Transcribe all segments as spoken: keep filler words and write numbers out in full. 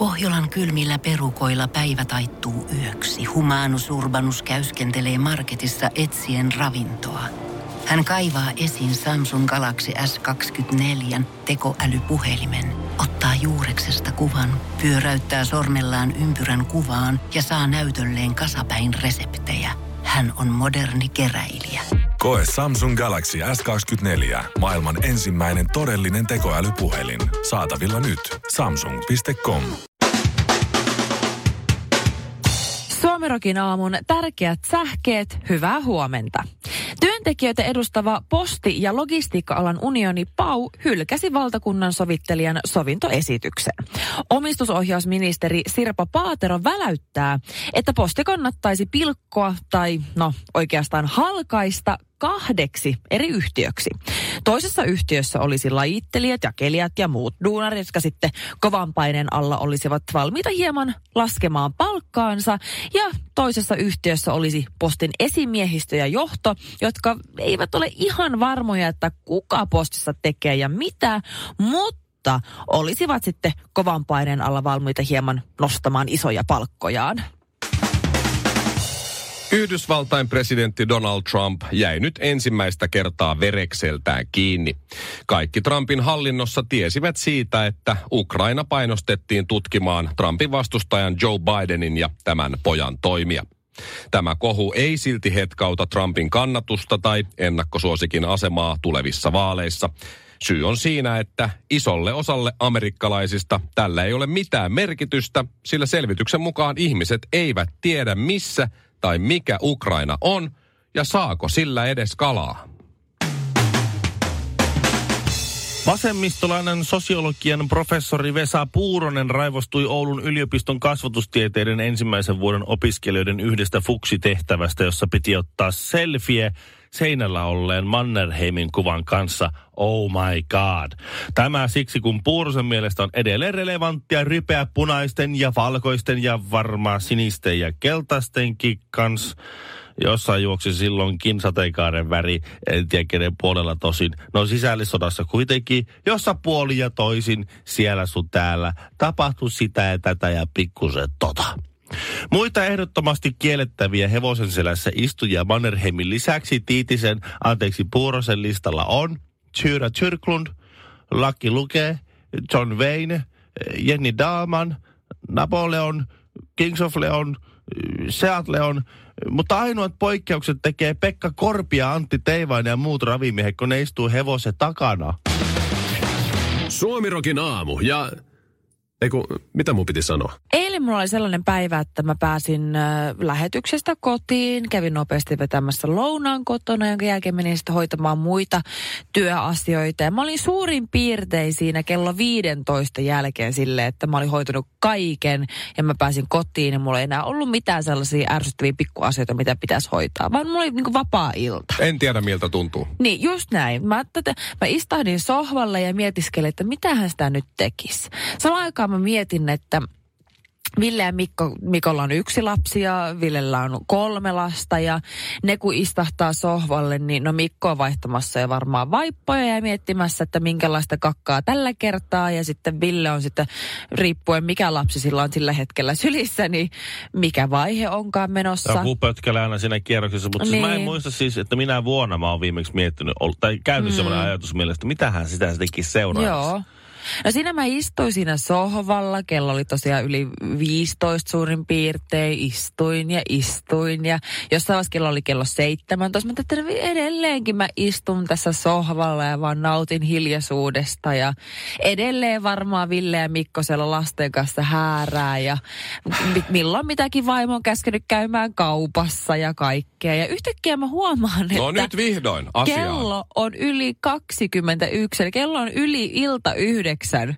Pohjolan kylmillä perukoilla päivä taittuu yöksi. Humanus Urbanus käyskentelee marketissa etsien ravintoa. Hän kaivaa esiin Samsung Galaxy S kaksikymmentäneljä tekoälypuhelimen, ottaa juureksesta kuvan, pyöräyttää sormellaan ympyrän kuvaan ja saa näytölleen kasapäin reseptejä. Hän on moderni keräilijä. Koe Samsung Galaxy S kaksikymmentäneljä, maailman ensimmäinen todellinen tekoälypuhelin. Saatavilla nyt. samsung piste com. Suomirokin aamun tärkeät sähkeet, hyvää huomenta. Työntekijöitä edustava posti- ja logistiikka-alan unioni P A U hylkäsi valtakunnan sovittelijan sovintoesityksen. Omistusohjausministeri Sirpa Paatero väläyttää, että posti kannattaisi pilkkoa tai no oikeastaan halkaista kahdeksi eri yhtiöksi. Toisessa yhtiössä olisi lajittelijat, jakelijat ja muut duunarit, jotka sitten kovan paineen alla olisivat valmiita hieman laskemaan palkkaansa. Ja toisessa yhtiössä olisi postin esimiehistö ja johto, jotka eivät ole ihan varmoja, että kuka postissa tekee ja mitä, mutta olisivat sitten kovan paineen alla valmiita hieman nostamaan isoja palkkojaan. Yhdysvaltain presidentti Donald Trump jäi nyt ensimmäistä kertaa verekseltään kiinni. Kaikki Trumpin hallinnossa tiesivät siitä, että Ukraina painostettiin tutkimaan Trumpin vastustajan Joe Bidenin ja tämän pojan toimia. Tämä kohu ei silti hetkauta Trumpin kannatusta tai ennakkosuosikin asemaa tulevissa vaaleissa. Syy on siinä, että isolle osalle amerikkalaisista tällä ei ole mitään merkitystä, sillä selvityksen mukaan ihmiset eivät tiedä missä tai mikä Ukraina on ja saako sillä edes kalaa. Vasemmistolainen sosiologian professori Vesa Puuronen raivostui Oulun yliopiston kasvatustieteiden ensimmäisen vuoden opiskelijoiden yhdestä fuksitehtävästä, jossa piti ottaa selfie seinällä olleen Mannerheimin kuvan kanssa. Oh my god. Tämä siksi, kun Puurosen mielestä on edelleen relevanttia rypeä punaisten ja valkoisten ja varmaan sinisten ja keltaistenkin kanssa. Jossain juoksi silloinkin sateenkaaren väri, en tiedä kenen puolella tosin. No sisällissodassa kuitenkin, jossa puoli ja toisin, siellä sun täällä, tapahtui sitä ja tätä ja pikkusen tota. Muita ehdottomasti kiellettäviä hevosen selässä istujia Mannerheimin lisäksi Tiitisen, anteeksi Puurosen listalla on Tyra Tyrklund, Lucky Luke, John Wayne, Jenny Dahlman, Napoleon, Kings of Leon, Seat Leon, mutta ainoat poikkeukset tekee Pekka Korpi ja Antti Teivainen ja muut ravimiehet, kun ne istuu hevosen takana. Suomirokin aamu ja... Eiku, mitä mun piti sanoa? Eilen mulla oli sellainen päivä, että mä pääsin äh, lähetyksestä kotiin, kävin nopeasti vetämässä lounaan kotona, jonka jälkeen menin sitten hoitamaan muita työasioita. Ja mä olin suurin piirtein siinä kello viidentoista jälkeen silleen, että mä olin hoitanut kaiken ja mä pääsin kotiin ja mulla ei enää ollut mitään sellaisia ärsyttäviä pikkuasioita, mitä pitäisi hoitaa, vaan mulla oli niin kuin vapaa ilta. En tiedä miltä tuntuu. Niin, just näin. Mä, tätä, mä istahdin sohvalle ja mietiskelin, että mitähän sitä nyt tekisi. Samaan aikaan mä mietin, että Ville ja Mikko, Mikolla on yksi lapsi ja Villellä on kolme lasta ja ne kun istahtaa sohvalle, niin no Mikko on vaihtamassa ja varmaan vaippoja ja miettimässä, että minkälaista kakkaa tällä kertaa ja sitten Ville on sitten riippuen mikä lapsi sillä on sillä hetkellä sylissä, niin mikä vaihe onkaan menossa. Joku pötkällä aina siinä kierroksessa, mutta niin. Siis mä en muista siis, että minä vuonna mä oon viimeksi miettinyt, tai käynyt mm. semmoinen ajatus mielestä, mitähän sitä sittenkin seuraa. Joo. No siinä mä istuin siinä sohvalla, kello oli tosiaan yli viisitoista suurin piirtein, istuin ja istuin ja jossain vaiheessa kello oli kello seitsemäntoista. Mä tätä edelleenkin mä istun tässä sohvalla ja vaan nautin hiljaisuudesta ja edelleen varmaan Ville ja Mikko siellä lasten kanssa häärää ja milloin mitäkin vaimo on käskenyt käymään kaupassa ja kaikkea. Ja yhtäkkiä mä huomaan, että no nyt vihdoin asiaan. Kello on yli kaksikymmentäyksi, eli kello on yli ilta yhdeksän.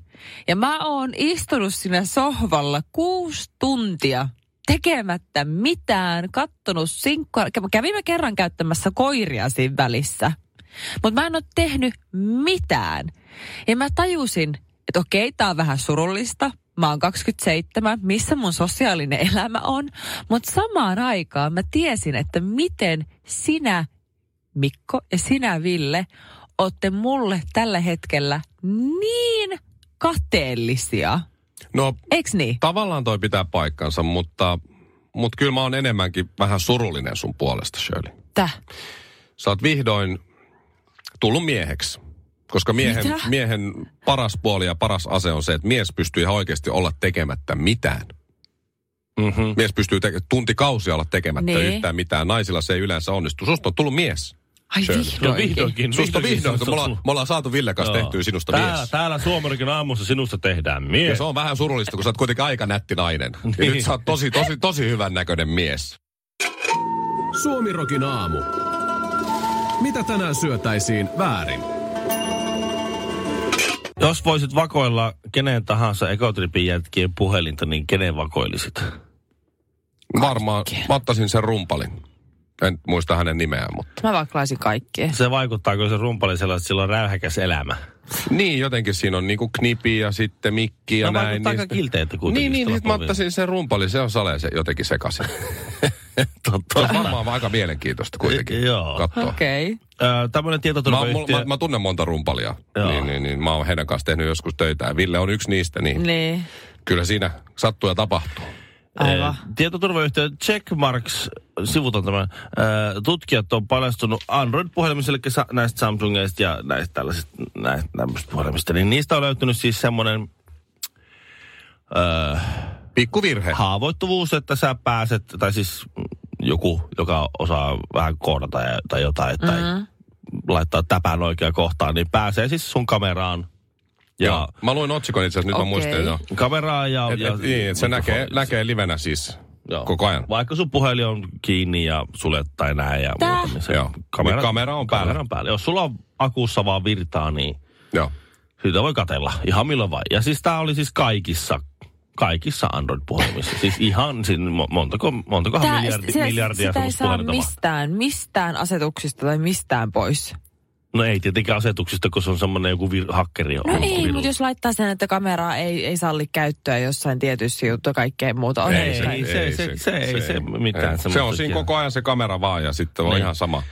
Ja mä oon istunut siinä sohvalla kuusi tuntia tekemättä mitään, kattonut sinkkua. Kävimme kerran käyttämässä koiria siinä välissä, mutta mä en ole tehnyt mitään. Ja mä tajusin, että okei, tää on vähän surullista. Mä oon kaksikymmentäseitsemän, missä mun sosiaalinen elämä on. Mutta samaan aikaan mä tiesin, että miten sinä, Mikko, ja sinä, Ville, ootte mulle tällä hetkellä niin kateellisia. No, eiks niin? Tavallaan toi pitää paikkansa, mutta, mutta kyllä mä oon enemmänkin vähän surullinen sun puolesta, Shirley. Täh? Sä oot vihdoin tullut mieheksi. Koska miehen, miehen paras puoli ja paras ase on se, että mies pystyy ihan oikeasti olla tekemättä mitään. Mm-hmm. Mies pystyy te- tuntikausia olla tekemättä niin. yhtään mitään. Naisilla se ei yleensä onnistu. Susta on tullut mies. Ai vihdoinkin. vihdoinkin. Susta vihdoinkin. Me ollaan, me ollaan saatu Ville kanssa tehtyä sinusta täällä, mies. Täällä Suomarikin aamussa sinusta tehdään mies. Ja se on vähän surullista, kun sä oot kuitenkin aika nätti nainen. Niin. Ja nyt sä oot tosi, tosi, tosi hyvän näköinen mies. Suomirokin aamu. Mitä tänään syötäisiin väärin? Jos voisit vakoilla kenen tahansa ekotripin jätkien puhelinta, niin kenen vakoilisit? Varmaan mä ottaisin sen rumpalin. En muista hänen nimeään, mutta... Mä vaklaisin kaikkea. Se vaikuttaa, kun se rumpali sellainen, että sillä on räyhäkäs elämä. Niin, jotenkin siinä on niinku knipi ja sitten mikki ja no, näin. vaikuttaa aika kilteiltä kuitenkin. Niin, niin, sit mä ottaisin sen rumpalin. Se on salee se jotenkin sekaisin. Se on varmaan aika mielenkiintoista kuitenkin Joo. katsoa. Okei. Okay. Äh, tämmöinen tietoturvayhtiö... Mä, mä, mä tunnen monta rumpalia. Niin, niin, niin, mä oon heidän kanssa tehnyt joskus töitä. Ja Ville on yksi niistä, niin, niin. Kyllä siinä sattuu ja tapahtuu. Aivan. Tietoturvayhtiö Checkmarks sivut on tämä. Tutkijat on paljastunut Android-puhelimista, eli näistä Samsungeista ja näistä tällaisista näistä, näistä puhelimista. Niin niistä on löytynyt siis semmoinen äh, pikkuvirhe. Haavoittuvuus, että sä pääset, tai siis joku, joka osaa vähän koodata ja, tai jotain, tai mm-hmm. laittaa täpän oikeaan kohtaan, niin pääsee siis sun kameraan. Ja Joo. Mä luin otsikon itse asiassa, nyt okay. mä muistin jo. Kameraa ja... Et, ja et, niin, että se näkee, näkee livenä siis Joo. koko ajan. Vaikka sun puhelin on kiinni ja sulle tai näin ja Tää? muuta, niin se Joo. Kamera, kamera on päällä. Kamera on päällä. Jos sulla on akussa vaan virtaa, niin Joo. siitä voi katsella ihan milloin vain. Ja siis tää oli siis kaikissa, kaikissa Android-puhelimissa. Siis ihan, siis montako, montakohan Tää, miljardi, se, miljardia sitä ei saa puhelinta mistään, mistään asetuksista tai mistään pois. No ei tietenkään asetuksista, kun se on semmoinen joku vir- hakkeri. No ei, mutta jos laittaa sen, että kameraa ei, ei salli käyttöä jossain tietyissä juttu ja kaikkea muuta. On ei, ei, se, ei, se, se, se, se ei se mitään. Se on siinä koko ajan se kamera vaan ja sitten on niin. ihan sama.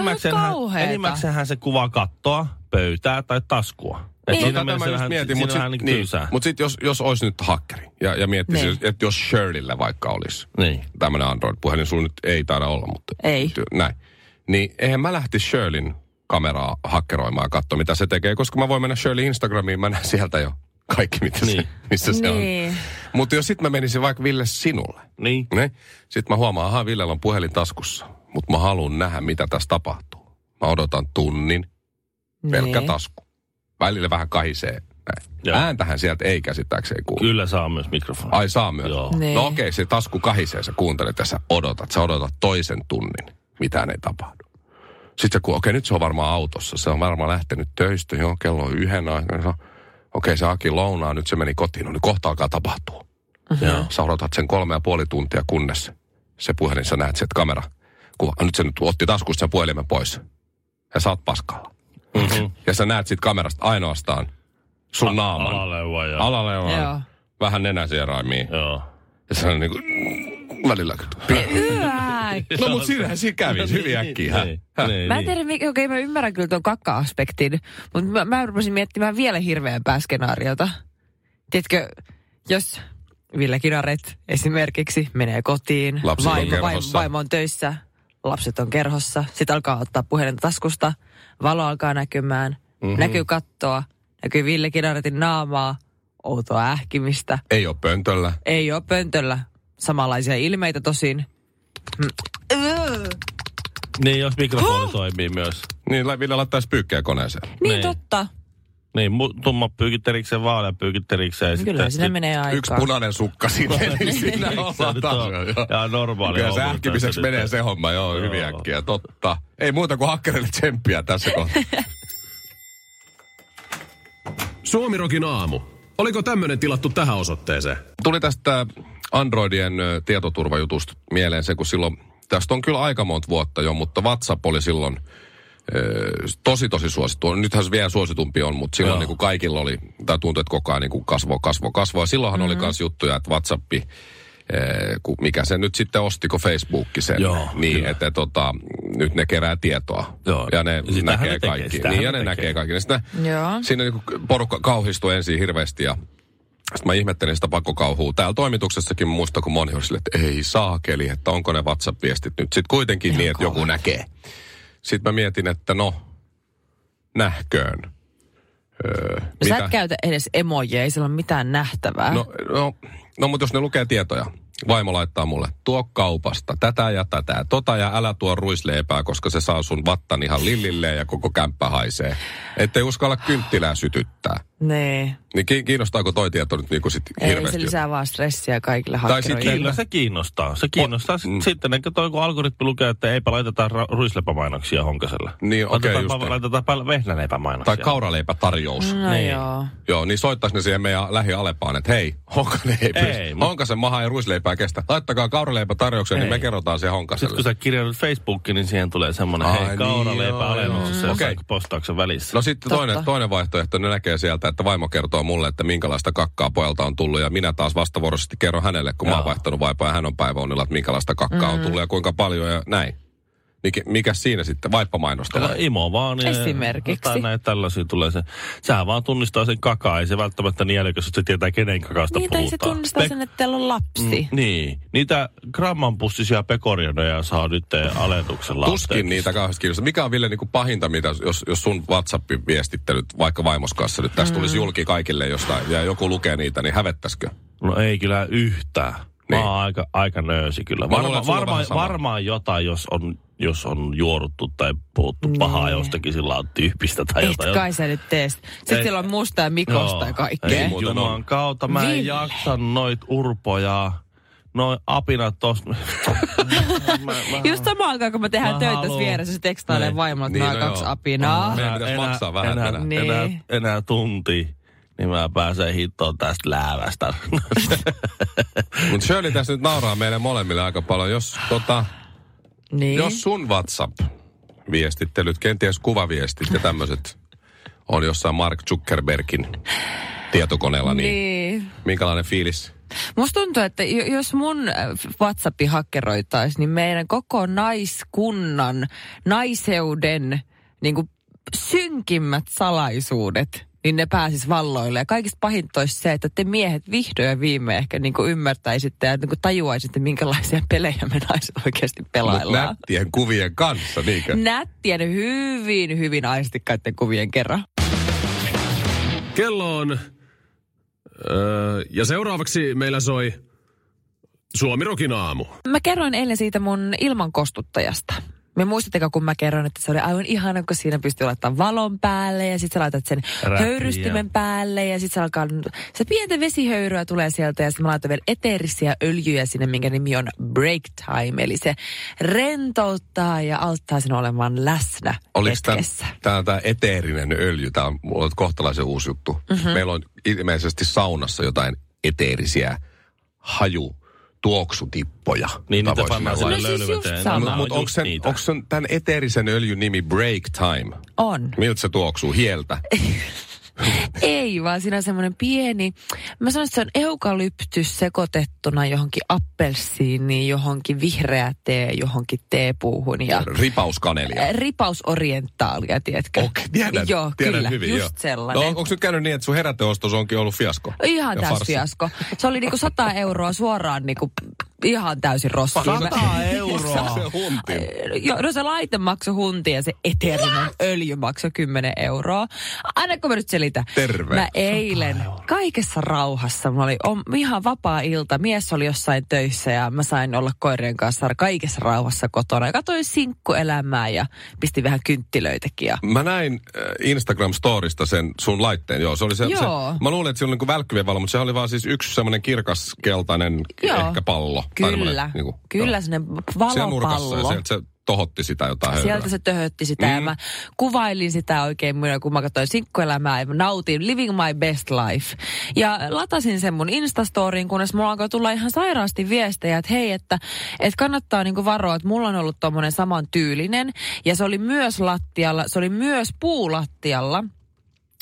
Enimmäksenhän se kuvaa kattoa, pöytää tai taskua. Niin. No tätä mä just mietin, mutta sitten niin, mut sit jos, jos olisi nyt hakkeri ja, ja miettisi, niin. että jos Shirleyllä vaikka olisi niin. tämmöinen Android-puhelin, sulla nyt ei taida olla, mutta ei. Näin. Niin eihän mä lähtisi Shirleyn kameraa hakkeroimaan ja katsoa, mitä se tekee, koska mä voin mennä Shirley Instagramiin, mä näen sieltä jo kaikki, mitä niin. se, missä se niin. on. Mutta jos sit mä menisin vaikka Ville sinulle, niin. niin sit mä huomaan, ahaa, Villellä on puhelin taskussa, mutta mä haluan nähdä, mitä tässä tapahtuu. Mä odotan tunnin, niin. pelkkä tasku. Välillä vähän kahisee. Näin. Ääntähän sieltä ei käsittääkseni kuulu. Kyllä saa myös mikrofoni. Ai saa myös? Niin. No okei, okay, se tasku kahisee, sä kuuntelet ja sä odotat. Sä odotat toisen tunnin, mitään ei tapahdu. Sitten se, okei, okay, nyt se on varmaan autossa. Se on varmaan lähtenyt töistä. Joo, kello on yhden aikana. Okei, okay, se haki lounaa, nyt se meni kotiin. No niin kohta alkaa tapahtua. Uh-huh. Sä odotat sen kolme ja puoli tuntia, kunnes se puhelin, sä näet sieltä kamera. Kuva. Nyt se nyt otti taskusta sen puhelimen pois. Ja sä oot paskalla. Mm-hmm. Ja sä näet siitä kamerasta ainoastaan sun A- naaman. Alaleuva ja... Alaleuva. Joo. Vähän nenäsieraimia. Joo. Ja se on niinku... Välillä... No mut siinähän siinä kävi, hyvin äkkiä. Niin, niin, mä en tiedä, okei okay, mä ymmärrän kyllä tuon kakka-aspektin, mutta mä, mä rupesin miettimään vielä hirveämpää skenaariota. Tiedätkö, jos Ville Kinaret esimerkiksi menee kotiin, vaimo, vaimo, vaimo on töissä, lapset on kerhossa, sitten alkaa ottaa puhelinta taskusta, valo alkaa näkymään, mm-hmm. näkyy kattoa, näkyy Ville Kinaretin naamaa, outoa ähkimistä. Ei ole pöntöllä. Ei ole pöntöllä. Samanlaisia ilmeitä tosin. Niin, jos mikrofoni toimii myös. Niin, Ville laittaisi pyykkää koneeseen. Niin, niin. totta. Niin, tumma pyykitterikseen, vaalea pyykitterikseen. Kyllä sitten, siinä menee aikaa. Yksi punainen sukka sitten, niin siinä ollaan taas. Ja normaali. Kyllä se ähkimiseksi menee se homma, joo, joo, hyvin äkkiä, totta. Ei muuta kuin hakkerille tsemppiä tässä kohtaa. Suomirokin aamu. Oliko tämmöinen tilattu tähän osoitteeseen? Tuli tästä Androidien tietoturvajutusta mieleen se, kun silloin, tästä on kyllä aika monta vuotta jo, mutta WhatsApp oli silloin tosi tosi suosittu. Nythän se vielä suositumpi on, mutta silloin niin kuin kaikilla oli, tai tuntui, että koko ajan niin kuin kasvoi, kasvoi, kasvoi. Ja silloinhan mm-hmm. oli myös juttuja, että WhatsAppi, mikä se nyt sitten ostiko Facebookki sen, Joo, niin että tota, nyt ne kerää tietoa. Joo. Ja ne ja näkee ne kaikki. Tekee, niin, ja ne tekee. näkee kaikki. Sitten siinä niin porukka kauhistui ensin hirveästi ja Sitten mä ihmettelin sitä pakkokauhua. Täällä toimituksessakin muista, kun moni oli sille, että ei saakeli, että onko ne WhatsApp-viestit nyt. Sitten kuitenkin ihan niin, että joku näkee. Sitten mä mietin, että no, nähköön. Öö, no mitä? Sä et käytä edes emoja, ei sillä ole mitään nähtävää. No, no, no mutta jos ne lukee tietoja. Vaimo laittaa mulle, tuo kaupasta, tätä ja tätä, tota ja älä tuo ruisleipää, koska se saa sun vattan ihan lillilleen ja koko kämppä haisee. Ettei uskalla kynttilää sytyttää. Nee. Niin kiinnostaako toi tieto nyt niinku sit hirveästi? Ei, se lisää vaan stressiä kaikille hakkeroille. Kyllä se kiinnostaa. Se kiinnostaa. O, mm. Sitten ne toi, kun algoritmi lukee, että eipä laitetaan ra- ruisleipämainoksia Honkaselle. Niin, okei, okay, just laitetaan vehnäleipämainoksia. Tai kauraleipätarjous. No niin. Joo. Joo, niin soittaisi ne siihen meidän lähialepaan, että hei, Honkanen ei pysty. Honkasen maha ei ruisleipää kestä. Laittakaa kauraleipätarjouksen, niin me kerrotaan se Honkaselle. Sitten kun sä kirjoitat Facebookiin, niin siihen tulee semmoinen, hei, niin, kauraleipäalennuksessa jossain postauksen välissä. No sitten toinen, toinen vaihtoehto, ne näkee sieltä, että vaimo kertoo mulle, että minkälaista kakkaa pojalta on tullut. Ja minä taas vastavuoroisesti kerron hänelle, kun Joo. mä oon vaihtanut vaipaa ja hän on päiväunilla, että minkälaista kakkaa mm. on tullut ja kuinka paljon ja näin. Mikä, mikä siinä sitten? Vaippamainosta vai? Imo vaan. Ja esimerkiksi. Tai näitä tällaisia tulee se. Sehän vaan tunnistaa sen kakaa. Ei se välttämättä niin älykäs, että se tietää kenen kakasta niin, puhutaan. Niin, tai se tunnistaa Pe- sen, että teillä on lapsi. Mm, niin. Niitä grammanpussisia pekorianoja saa nyt alennuksella. Tuskin niitä kauheasti kiinnostaa. Mikä on, Ville, niin kuin pahinta, mitä, jos, jos sun WhatsApp-viestittelyt vaikka vaimoskassa nyt tästä mm. tulisi julki kaikille jostain ja joku lukee niitä, niin hävettäisikö? No ei kyllä yhtään. Niin. Mä oon aika, aika nöysi kyllä. Varma, varmaan, varmaan jotain, jos on, jos on juoruttu tai puhuttu niin. pahaa jostakin sillä on tyypistä tai et jotain. Et kai sä nyt teet. Sitten siellä on musta ja mikosta ja kaikkea. Ei Jumalan kautta. Mä en Ville. jaksa noit urpoja. Noin apinat tossa. Just samaan aikaan, kun me tehdään töitä tässä vieressä, se tekstailee vaimolle, että niin, nämä no kaksi joo. apinaa. Meidän pitäisi enää, maksaa vähän enää, tänään. Niin. Enää, enää tunti. Niin mä pääsen hittoon tästä läävästä. Mutta Shirley tässä nyt nauraa meille molemmille aika paljon. Jos, tota, niin. jos sun WhatsApp-viestittelyt, kenties kuvaviestit ja tämmöiset on jossain Mark Zuckerbergin tietokoneella, niin, niin minkälainen fiilis? Musta tuntuu, että jos mun WhatsAppi hakkeroitaisi, niin meidän koko naiskunnan, naiseuden niin kuin synkimmät salaisuudet, niin ne pääsis valloille. Ja kaikista pahinta olisi se, että te miehet vihdoin ja viimein ehkä niin kuin ymmärtäisitte ja niin kuin tajuaisitte, minkälaisia pelejä me naiset oikeasti pelaillaan. Mutta nättien kuvien kanssa, niinkö? Nättien hyvin, hyvin aistikkaiden kuvien kerran. Kello on... Öö, ja seuraavaksi meillä soi Suomi-rokin aamu. Mä kerroin eilen siitä mun ilmankostuttajasta. Me muistatteko, kun mä kerron, että se oli aivan ihana, kun siinä pystyy laittamaan valon päälle ja sit sä laitat sen Räppiä. höyrystimen päälle ja sit se alkaa, se pientä vesihöyryä tulee sieltä ja sit mä laitan vielä eteerisiä öljyjä sinne, minkä nimi on Break Time. Eli se rentouttaa ja auttaa sen olemaan läsnä Oliko hetkessä. Tämä on tämä eteerinen öljy, tämä on, on kohtalaisen uusi juttu. Mm-hmm. Meillä on ilmeisesti saunassa jotain eteerisiä haju. Tuoksutippoja. Niin niitä pannaan sinne löylyveteen. No, mutta onko sen, sen tämän eteerisen öljyn nimi Break Time? On. Miltä se tuoksuu? Hieltä? Ei, vaan siinä on semmoinen pieni, mä sanoin, että se on eukalyptys sekoitettuna johonkin appelsiiniin, johonkin vihreä tee, johonkin teepuuhun. Ja ripauskanelia. Ripausorientaalia, tiedätkö? Okei, tiedän. Joo, tiedän kyllä, hyvin, just jo. sellainen. No, onko nyt käynyt niin, että sun heräteostos onkin ollut fiasko? Ihan täys fiasko. Se oli niinku sata euroa suoraan niinku ihan täysin roskiin. Sata euroa? Se huntin. Joo, no se laite maksoi huntin ja se eteerinen öljy maksoi kymmenen euroa. Aina kun mä nyt selitän. Terve. Mä eilen kaikessa rauhassa, mulla oli ihan vapaa ilta. Mies oli jossain töissä ja mä sain olla koirien kanssa kaikessa rauhassa kotona. Ja katsoin sinkkuelämää ja pistin vähän kynttilöitäkin. Ja... Mä näin Instagram-storista sen sun laitteen. Joo, se oli se, Joo. se mä luulin, että se oli niinku välkkyvien valo, mutta se oli vaan siis yksi semmoinen kirkaskeltainen ehkä pallo. Kyllä, niin kuin, kyllä sellainen valopallo. Ja sieltä se tohotti sitä jotain höyrää. Sieltä se töhötti sitä mm. ja mä kuvailin sitä oikein, kun mä katsoin sinkkuelämää ja mä nautin living my best life. Ja latasin sen mun Instastoriin, kunnes mulla alkoi tulla ihan sairaasti viestejä, että hei, että, että kannattaa niinku varoa, että mulla on ollut tommonen saman tyylinen ja se oli myös lattialla, se oli myös puulattialla.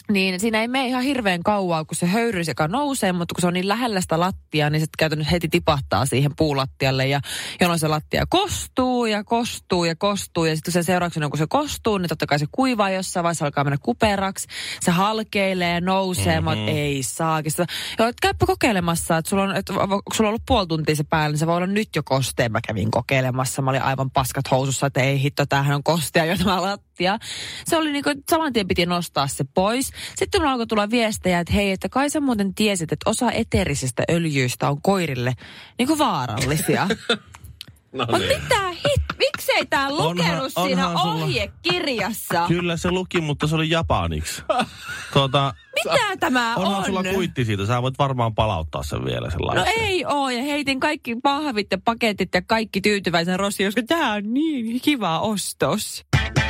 Niin siinä ei mene ihan hirveän kauaa, kun se höyry sekä nousee, mutta kun se on niin lähellä sitä lattiaa, niin se käytännössä heti tipahtaa siihen puulattialle. Ja jolloin se lattia kostuu ja kostuu ja kostuu. Ja sitten sen seurauksena, kun se kostuu, niin totta kai se kuivaa jossain vaiheessa, alkaa mennä kuperaksi. Se halkeilee, nousee, mm-hmm. mutta ei saakin sitä. Joo, et käypä kokeilemassa, että sulla on, et, kun sulla on ollut puoli tuntia se päällä, niin se voi olla nyt jo kosteen. Mä kävin kokeilemassa, mä olin aivan paskat housussa, että ei hitto, tämähän on kostea jo tämä lattia. Se oli niin kuin, saman tien piti nostaa se pois. Sitten mulla alkoi tulla viestejä, että hei, että kai sä muuten tiesit, että osa eteerisistä öljyistä on koirille niin kuin vaarallisia. No mutta niin. Mitä hit? Miksei tää lukenut onhan, siinä onhan ohjekirjassa? Sulla... Kyllä se luki, mutta se oli japaniksi. tuota, Mitä tämä onhan on? Onhan sulla kuitti siitä, sä voit varmaan palauttaa sen vielä sen laitteen. No ei oo, ja heitin kaikki pahvit ja paketit ja kaikki tyytyväisen Rossi, koska tää on niin kiva ostos.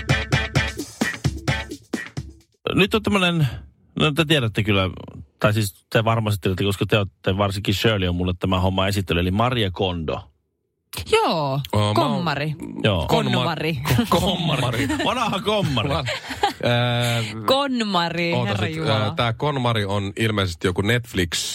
Nyt on tämmönen, no te tiedätte kyllä, tai siis te varmasti tiedätte, koska te olette, varsinkin Shirley on mulle tämä homma esittely, eli Marie Kondo. Joo, oh, kommari. Joo. Konmari. Kommari. Vanha kommari. Konmari, herra Jumala. Tämä Konmari on ilmeisesti joku Netflix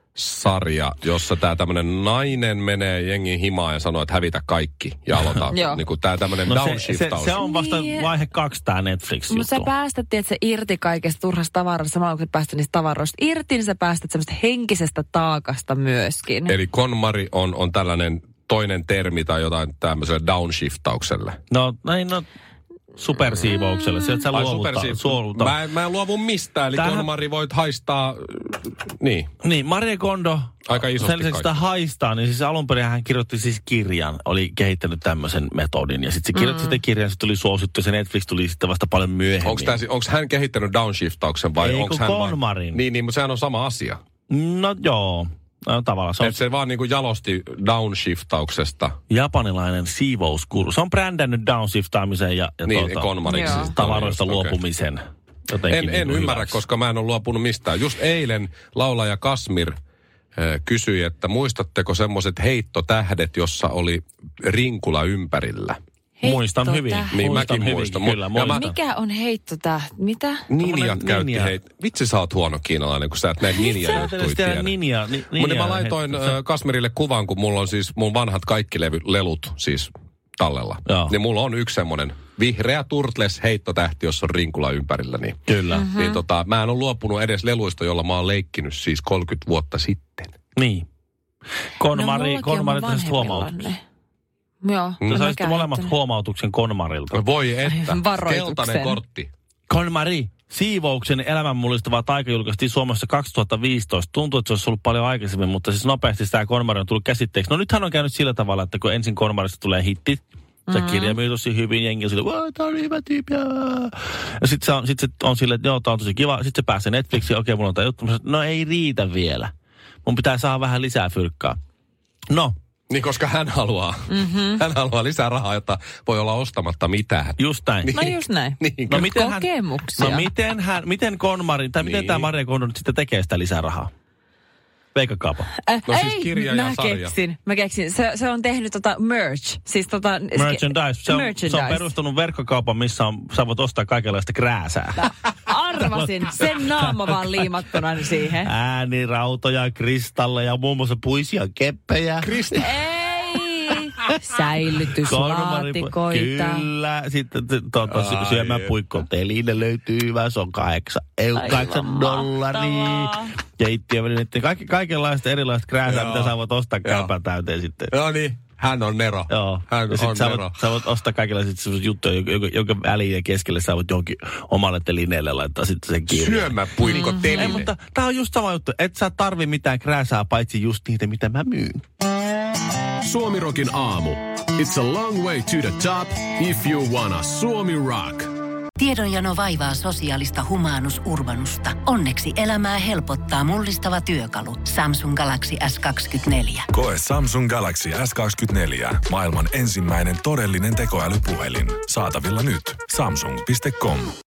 sarja, jossa tämä tämmöinen nainen menee jengin himaan ja sanoo, että hävitä kaikki ja aloita niinku tää tämmöinen no downshiftaus. Se, se, se on vasta niin. vaihe kaksi tää Netflix-juttu. Mutta sä päästät, että se irti kaikesta turhasta tavarasta, samalla kun sä päästät niistä tavaroista irti, niin sä päästät semmoista henkisestä taakasta myöskin. Eli Konmari on, on tällainen toinen termi tai jotain tämmöiselle downshiftaukselle. No, näin no... Supersiivoukselle. Sieltä sä luovutaan. Mä, mä en luovu mistään, eli Tähän... Konmari voit haistaa, niin. Niin, Marie Kondo, aika isosti sen lisäksi sitä haistaa, niin siis alun perin hän kirjoitti siis kirjan, oli kehittänyt tämmöisen metodin, ja sitten se kirjoitti mm. sitten kirjan, se tuli suosittu, ja se Netflix tuli sitten vasta paljon myöhemmin. Onko hän kehittänyt downshiftauksen vai onko hän Konmarin? Vain... Niin, niin, mutta sehän on sama asia. No joo. No, tavallaan. Se, on... se vaan niinku jalosti downshiftauksesta. Japanilainen siivouskuru. Se on brändännyt downshiftaamisen ja, ja niin, tuota, konmariksi. Siis tavaroista okay. luopumisen. Jotenkin en en niin ymmärrä, hyväksi. Koska mä en ole luopunut mistään. Just eilen laulaja Kasmir äh, kysyi, että muistatteko semmoiset heittotähdet, jossa oli rinkula ympärillä? Muistan hyvin. Niin muistan mäkin hyvin, muistan. Kyllä, muistan. Mikä on heittotähti? Mitä? Ninjat käytti ninja. heit. Vitsi sä oot huono kiinalainen, kun sä et näitä ninja-juttuja tiedä. Ninja, ni, ninja Mutta mä laitoin äh, Kasmirille kuvan, kun mulla on siis mun vanhat kaikki levy, lelut siis tallella. Joo. Niin mulla on yksi semmonen vihreä Turtles heittotähti, jossa on rinkula ympärillä. Niin, Kyllä. Mm-hmm. Niin tota, mä en ole luopunut edes leluista, jolla mä oon leikkinyt siis kolmekymmentä vuotta sitten. Niin. Konmari, no, Konmari tästä huomautuksen. Joo. No saisitte molemmat huomautuksen Konmarilta. Voi että. Keltainen kortti. Konmari, siivouksen elämänmullistava taika julkaistiin Suomessa kaksituhattaviisitoista. Tuntuu, että se olisi ollut paljon aikaisemmin, mutta siis nopeasti tämä Konmari on tullut käsitteeksi. No nythän on käynyt sillä tavalla, että kun ensin Konmarista tulee hitti, se mm-hmm. kirja myy tosi hyvin, jengi on silleen, tämä on hyvä tyyppi. Ja sitten se on, sit se on silleen, että joo, tämä on tosi kiva. Sitten se pääsee Netflixiin, okei, mulla on tämä juttu. No ei riitä vielä. Mun pitää saada vähän lisää fyrkkaa. No. Niin, koska hän haluaa. Mm-hmm. Hän haluaa lisää rahaa, jotta voi olla ostamatta mitään. Just näin. Niin. No just näin. Niin, no miten hän, kokemuksia. No miten hän, miten Konmari, tai niin. miten tämä Marie Kondo nyt sitten tekee sitä lisää rahaa? Veikakaapa. Äh, no siis ei, kirja ja mä sarja. Keksin, mä keksin. Se, se on tehnyt tota merch. Siis tota... Merchandise. Se on, merchandise. Se on perustanut verkkokaupan, missä on, sä voit ostaa kaikenlaista krääsää. Mä arvasin. Sen naama vaan liimattuna siihen. Äänirautoja, kristalleja, muun muassa puisia keppejä. Krista- ei! Säilytyslaatikoita. Kyllä. Sitten tuota, syömäpuikko teline löytyy hyvä. Se on kahdeksan, eu, kahdeksan dollaria. Keittiövälineet. Kaikki, kaikenlaista erilaista krääsää, mitä sä voit ostaa kaupan täyteen sitten. Joo niin. Hän on Nero. Joo. Hän ja on sä Nero. Voit, sä voit ostaa kaikenlaisia sellaisia juttuja, jonka, jonka väliin ja keskelle sä voit jonkin omalle telineelle laittaa sitten sen kirjan. Syömäpuikko mm. teline. Ei, mutta tää on just sama juttu. Et sä tarvi mitään krääsää, paitsi just niitä, mitä mä myyn. Suomirokin aamu. It's a long way to the top if you wanna Suomi rock. Tiedonjano vaivaa sosiaalista humanus urbanusta. Onneksi elämää helpottaa mullistava työkalu. Samsung Galaxy S kaksikymmentäneljä. Koe Samsung Galaxy S kaksikymmentäneljä. Maailman ensimmäinen todellinen tekoälypuhelin. Saatavilla nyt. Samsung piste com.